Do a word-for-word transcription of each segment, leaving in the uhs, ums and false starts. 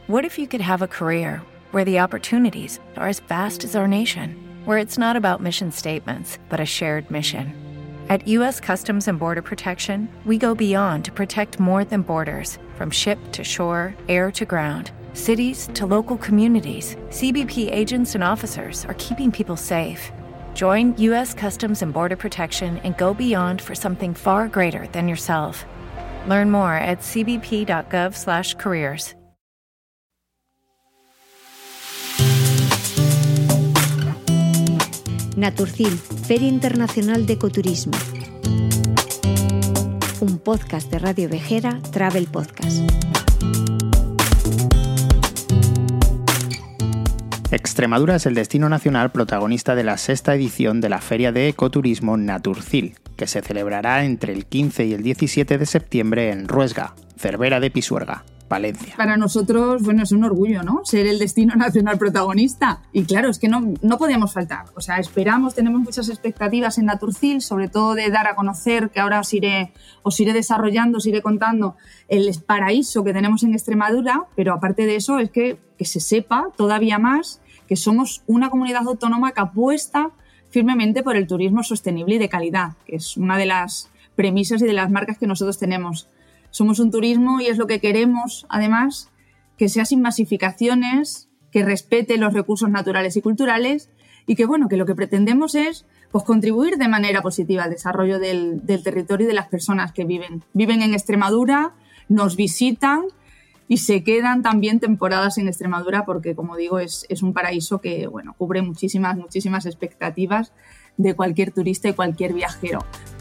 What if you could have a career where the opportunities are as vast as our nation, where it's not about mission statements, but a shared mission? At U S Customs and Border Protection, we go beyond to protect more than borders. From ship to shore, air to ground, cities to local communities, C B P agents and officers are keeping people safe. Join U S Customs and Border Protection and go beyond for something far greater than yourself. Learn more at c b p dot gov slash careers. Naturcil, Feria Internacional de Ecoturismo. Un podcast de Radio Vejera, Travel Podcast. Extremadura es el destino nacional protagonista de la sexta edición de la Feria de Ecoturismo Naturcil, que se celebrará entre el quince y el diecisiete de septiembre en Ruesga, Cervera de Pisuerga, Valencia. Para nosotros, bueno, es un orgullo, ¿no? Ser el destino nacional protagonista. Y claro, es que no, no podíamos faltar. O sea, esperamos, tenemos muchas expectativas en Naturcil, sobre todo de dar a conocer, que ahora os iré, os iré desarrollando, os iré contando el paraíso que tenemos en Extremadura, pero aparte de eso es que, que se sepa todavía más que somos una comunidad autónoma que apuesta firmemente por el turismo sostenible y de calidad, que es una de las premisas y de las marcas que nosotros tenemos. Somos un turismo y es lo que queremos, además, que sea sin masificaciones, que respete los recursos naturales y culturales y que, bueno, que lo que pretendemos es pues, contribuir de manera positiva al desarrollo del, del territorio y de las personas que viven. Viven en Extremadura, nos visitan y se quedan también temporadas en Extremadura porque, como digo, es, es un paraíso que, bueno, cubre muchísimas, muchísimas expectativas de cualquier turista y cualquier viajero.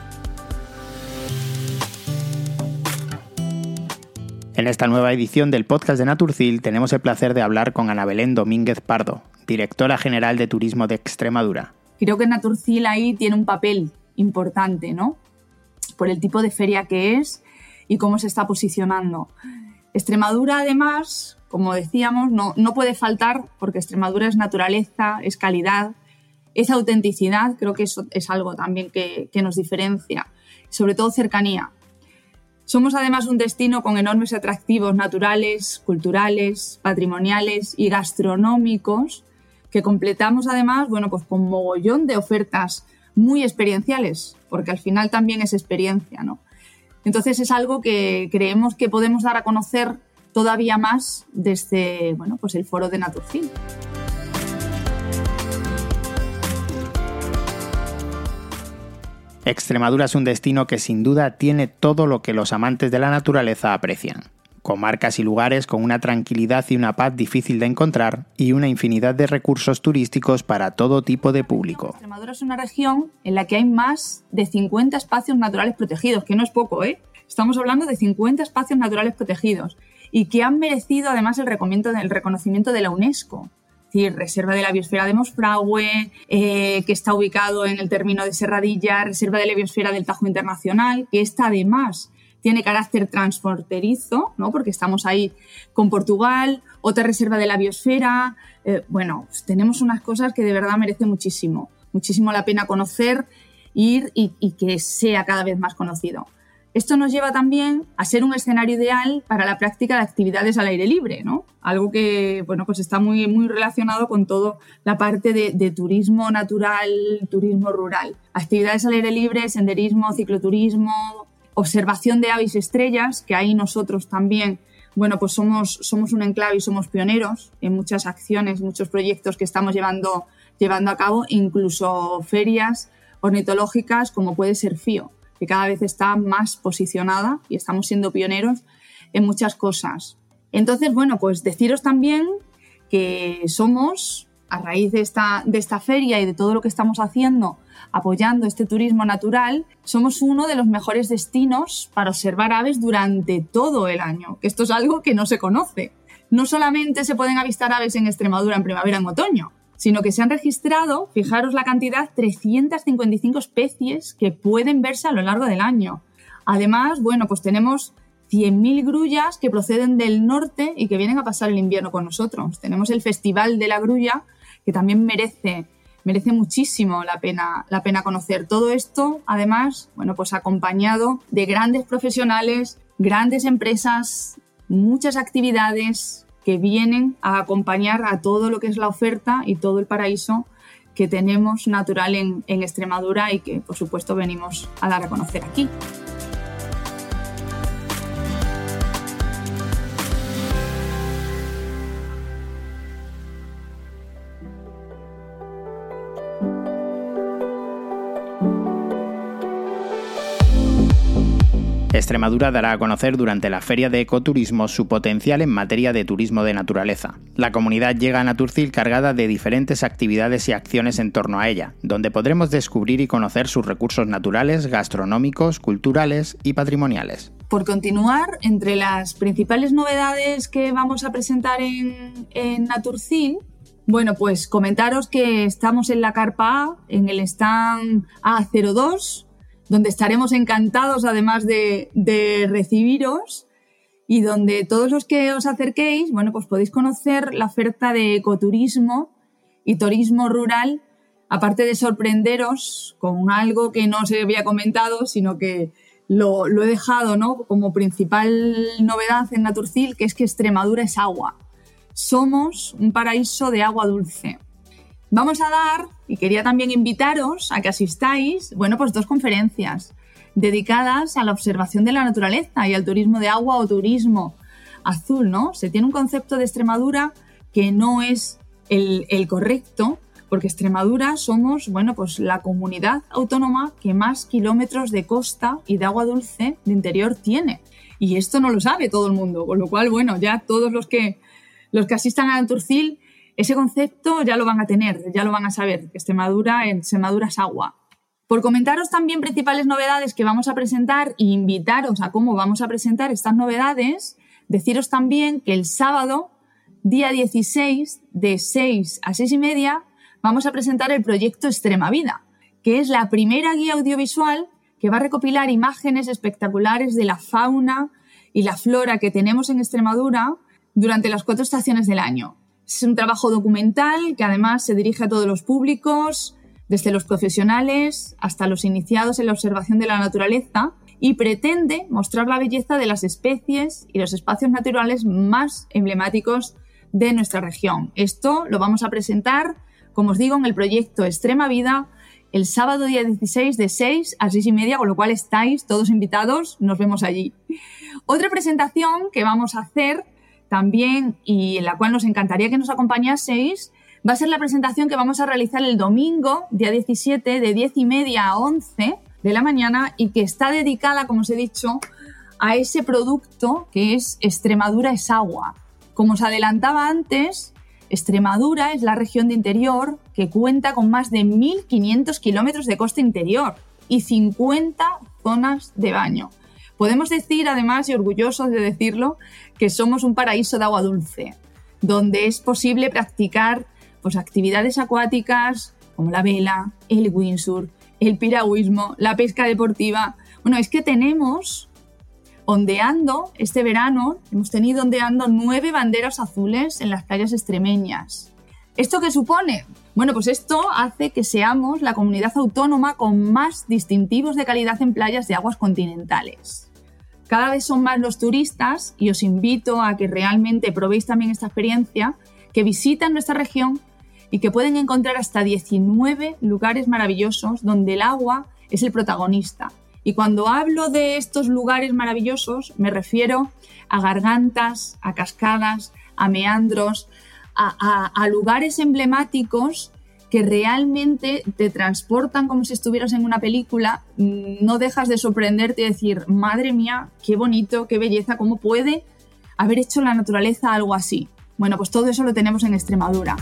En esta nueva edición del podcast de Naturcil tenemos el placer de hablar con Ana Belén Domínguez Pardo, directora general de Turismo de Extremadura. Creo que Naturcil ahí tiene un papel importante, ¿no? Por el tipo de feria que es y cómo se está posicionando. Extremadura, además, como decíamos, no, no puede faltar porque Extremadura es naturaleza, es calidad, es autenticidad. Creo que eso es algo también que, que nos diferencia. Sobre todo cercanía. Somos además un destino con enormes atractivos naturales, culturales, patrimoniales y gastronómicos que completamos además, bueno, pues con mogollón de ofertas muy experienciales, porque al final también es experiencia, ¿no? Entonces es algo que creemos que podemos dar a conocer todavía más desde, bueno, pues el foro de Naturcil. Extremadura es un destino que sin duda tiene todo lo que los amantes de la naturaleza aprecian. Comarcas y lugares con una tranquilidad y una paz difícil de encontrar y una infinidad de recursos turísticos para todo tipo de público. Extremadura es una región en la que hay más de cincuenta espacios naturales protegidos, que no es poco, ¿eh? Estamos hablando de cincuenta espacios naturales protegidos y que han merecido además el reconocimiento de la UNESCO. Es decir, Reserva de la Biosfera de Mosfragüe, eh, que está ubicado en el término de Serradilla, Reserva de la Biosfera del Tajo Internacional, que esta además tiene carácter transfronterizo, ¿no? Porque estamos ahí con Portugal, otra Reserva de la Biosfera. Eh, bueno, pues tenemos unas cosas que de verdad merecen muchísimo, muchísimo la pena conocer, ir y, y que sea cada vez más conocido. Esto nos lleva también a ser un escenario ideal para la práctica de actividades al aire libre, ¿no? Algo que, bueno, pues está muy, muy relacionado con toda la parte de, de turismo natural, turismo rural. Actividades al aire libre, senderismo, cicloturismo, observación de aves y estrellas, que ahí nosotros también, bueno, pues somos, somos un enclave y somos pioneros en muchas acciones, muchos proyectos que estamos llevando, llevando a cabo, incluso ferias ornitológicas como puede ser FIO, que cada vez está más posicionada y estamos siendo pioneros en muchas cosas. Entonces, bueno, pues deciros también que somos, a raíz de esta, de esta feria y de todo lo que estamos haciendo, apoyando este turismo natural, somos uno de los mejores destinos para observar aves durante todo el año, que esto es algo que no se conoce. No solamente se pueden avistar aves en Extremadura en primavera y en otoño, sino que se han registrado, fijaros la cantidad, trescientas cincuenta y cinco especies que pueden verse a lo largo del año. Además, bueno, pues tenemos cien mil grullas que proceden del norte y que vienen a pasar el invierno con nosotros. Tenemos el Festival de la Grulla, que también merece, merece muchísimo la pena, la pena conocer. Todo esto, además, bueno, pues acompañado de grandes profesionales, grandes empresas, muchas actividades que vienen a acompañar a todo lo que es la oferta y todo el paraíso que tenemos natural en, en Extremadura y que, por supuesto, venimos a dar a conocer aquí. Extremadura dará a conocer durante la Feria de Ecoturismo su potencial en materia de turismo de naturaleza. La comunidad llega a Naturcil cargada de diferentes actividades y acciones en torno a ella, donde podremos descubrir y conocer sus recursos naturales, gastronómicos, culturales y patrimoniales. Por continuar, entre las principales novedades que vamos a presentar en, en Naturcil, bueno, pues comentaros que estamos en la carpa A, en el stand A cero dos, donde estaremos encantados además de, de recibiros y donde todos los que os acerquéis, bueno, pues podéis conocer la oferta de ecoturismo y turismo rural, aparte de sorprenderos con algo que no os había comentado, sino que lo, lo he dejado, ¿no?, como principal novedad en Naturcil, que es que Extremadura es agua. Somos un paraíso de agua dulce. Vamos a dar, y quería también invitaros a que asistáis, bueno, pues dos conferencias dedicadas a la observación de la naturaleza y al turismo de agua o turismo azul, ¿no? Se tiene un concepto de Extremadura que no es el, el correcto, porque Extremadura somos, bueno, pues la comunidad autónoma que más kilómetros de costa y de agua dulce de interior tiene. Y esto no lo sabe todo el mundo, con lo cual, bueno, ya todos los que, los que asistan a Naturcil, ese concepto ya lo van a tener, ya lo van a saber, que Extremadura, Extremadura es agua. Por comentaros también principales novedades que vamos a presentar e invitaros a cómo vamos a presentar estas novedades, deciros también que el sábado, día dieciséis, de seis a seis y media, vamos a presentar el proyecto Extremavida, que es la primera guía audiovisual que va a recopilar imágenes espectaculares de la fauna y la flora que tenemos en Extremadura durante las cuatro estaciones del año. Es un trabajo documental que además se dirige a todos los públicos, desde los profesionales hasta los iniciados en la observación de la naturaleza, y pretende mostrar la belleza de las especies y los espacios naturales más emblemáticos de nuestra región. Esto lo vamos a presentar, como os digo, en el proyecto Extremavida el sábado día dieciséis de seis a seis y media, con lo cual estáis todos invitados, nos vemos allí. Otra presentación que vamos a hacer también, y en la cual nos encantaría que nos acompañaseis, va a ser la presentación que vamos a realizar el domingo, día diecisiete, de diez y media a once de la mañana, y que está dedicada, como os he dicho, a ese producto que es Extremadura es agua. Como os adelantaba antes, Extremadura es la región de interior que cuenta con más de mil quinientos kilómetros de costa interior y cincuenta zonas de baño. Podemos decir, además, y orgullosos de decirlo, que somos un paraíso de agua dulce, donde es posible practicar pues, actividades acuáticas como la vela, el windsurf, el piragüismo, la pesca deportiva. Bueno, es que tenemos ondeando este verano, hemos tenido ondeando nueve banderas azules en las playas extremeñas. ¿Esto qué supone? Bueno, pues esto hace que seamos la comunidad autónoma con más distintivos de calidad en playas de aguas continentales. Cada vez son más los turistas, y os invito a que realmente probéis también esta experiencia, que visitan nuestra región y que pueden encontrar hasta diecinueve lugares maravillosos donde el agua es el protagonista. Y cuando hablo de estos lugares maravillosos, me refiero a gargantas, a cascadas, a meandros, a, a, a lugares emblemáticos que realmente te transportan como si estuvieras en una película. No dejas de sorprenderte y decir, madre mía, qué bonito, qué belleza, cómo puede haber hecho la naturaleza algo así. Bueno, pues todo eso lo tenemos en Extremadura.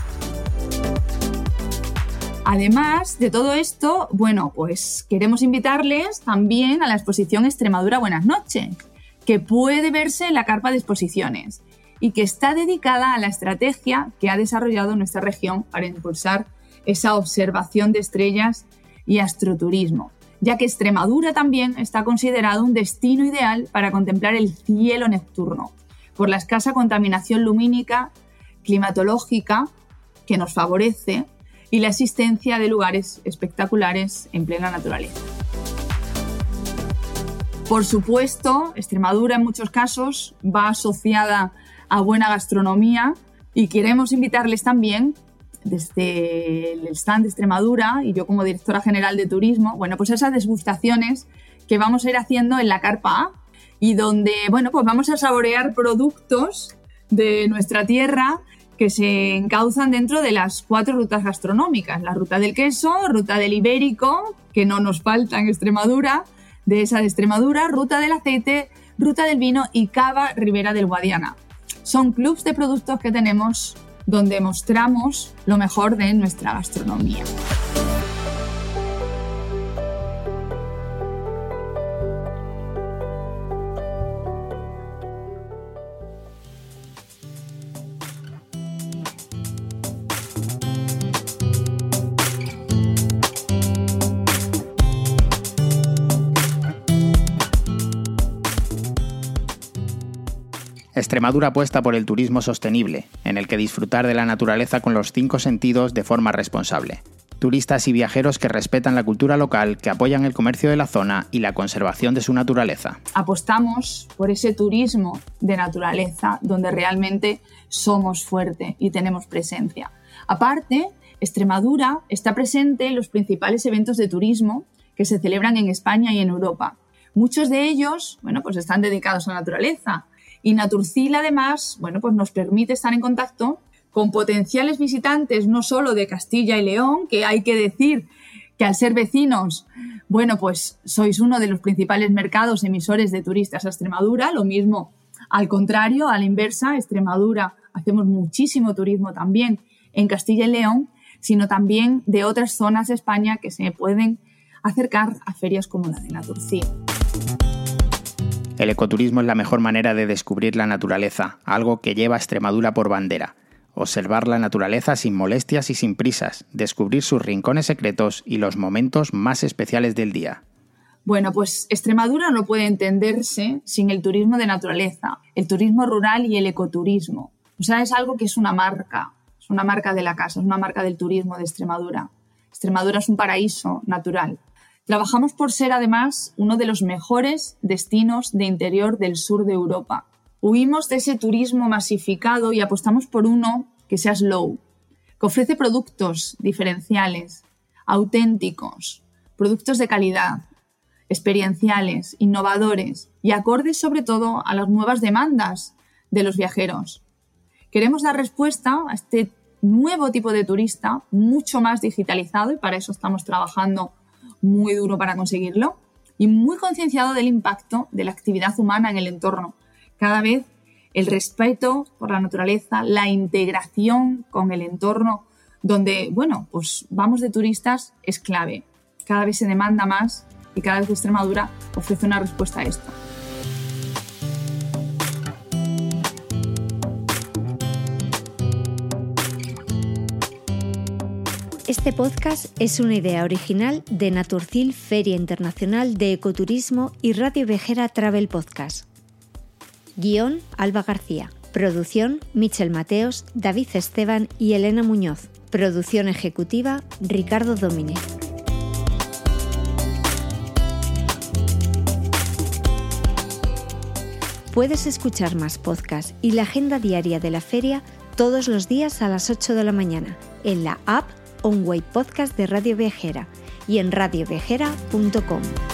Además de todo esto, bueno, pues queremos invitarles también a la exposición Extremadura Buenas Noches, que puede verse en la carpa de exposiciones y que está dedicada a la estrategia que ha desarrollado nuestra región para impulsar esa observación de estrellas y astroturismo, ya que Extremadura también está considerado un destino ideal para contemplar el cielo nocturno, por la escasa contaminación lumínica, climatológica que nos favorece y la existencia de lugares espectaculares en plena naturaleza. Por supuesto, Extremadura en muchos casos va asociada a buena gastronomía y queremos invitarles también desde el stand de Extremadura y yo como directora general de turismo, bueno, pues esas degustaciones que vamos a ir haciendo en la Carpa A y donde, bueno, pues vamos a saborear productos de nuestra tierra que se encauzan dentro de las cuatro rutas gastronómicas, la ruta del queso, ruta del ibérico, que no nos falta en Extremadura, de esa de Extremadura, ruta del aceite, ruta del vino y Cava Ribera del Guadiana. Son clubs de productos que tenemos donde mostramos lo mejor de nuestra gastronomía. Extremadura apuesta por el turismo sostenible, en el que disfrutar de la naturaleza con los cinco sentidos de forma responsable. Turistas y viajeros que respetan la cultura local, que apoyan el comercio de la zona y la conservación de su naturaleza. Apostamos por ese turismo de naturaleza donde realmente somos fuertes y tenemos presencia. Aparte, Extremadura está presente en los principales eventos de turismo que se celebran en España y en Europa. Muchos de ellos, bueno, pues están dedicados a la naturaleza. Y Naturcil, además, bueno, pues nos permite estar en contacto con potenciales visitantes no solo de Castilla y León, que hay que decir que al ser vecinos, bueno, pues sois uno de los principales mercados emisores de turistas a Extremadura, lo mismo al contrario, a la inversa, Extremadura hacemos muchísimo turismo también en Castilla y León, sino también de otras zonas de España que se pueden acercar a ferias como la de Naturcil. El ecoturismo es la mejor manera de descubrir la naturaleza, algo que lleva a Extremadura por bandera. Observar la naturaleza sin molestias y sin prisas, descubrir sus rincones secretos y los momentos más especiales del día. Bueno, pues Extremadura no puede entenderse sin el turismo de naturaleza, el turismo rural y el ecoturismo. O sea, es algo que es una marca, es una marca de la casa, es una marca del turismo de Extremadura. Extremadura es un paraíso natural. Trabajamos por ser, además, uno de los mejores destinos de interior del sur de Europa. Huimos de ese turismo masificado y apostamos por uno que sea slow, que ofrece productos diferenciales, auténticos, productos de calidad, experienciales, innovadores y acordes sobre todo a las nuevas demandas de los viajeros. Queremos dar respuesta a este nuevo tipo de turista mucho más digitalizado y para eso estamos trabajando muy duro para conseguirlo y muy concienciado del impacto de la actividad humana en el entorno. Cada vez el respeto por la naturaleza, la integración con el entorno, donde, bueno, pues vamos de turistas, es clave. Cada vez se demanda más y cada vez Extremadura ofrece una respuesta a esto. Este podcast es una idea original de Naturcil, Feria Internacional de Ecoturismo y Radio Viajera Travel Podcast. Guión, Alba García. Producción, Michel Mateos, David Esteban y Elena Muñoz. Producción ejecutiva, Ricardo Domínguez. Puedes escuchar más podcasts y la agenda diaria de la feria todos los días a las ocho de la mañana en la app Onway Podcast de Radio Viajera y en radio viajera punto com.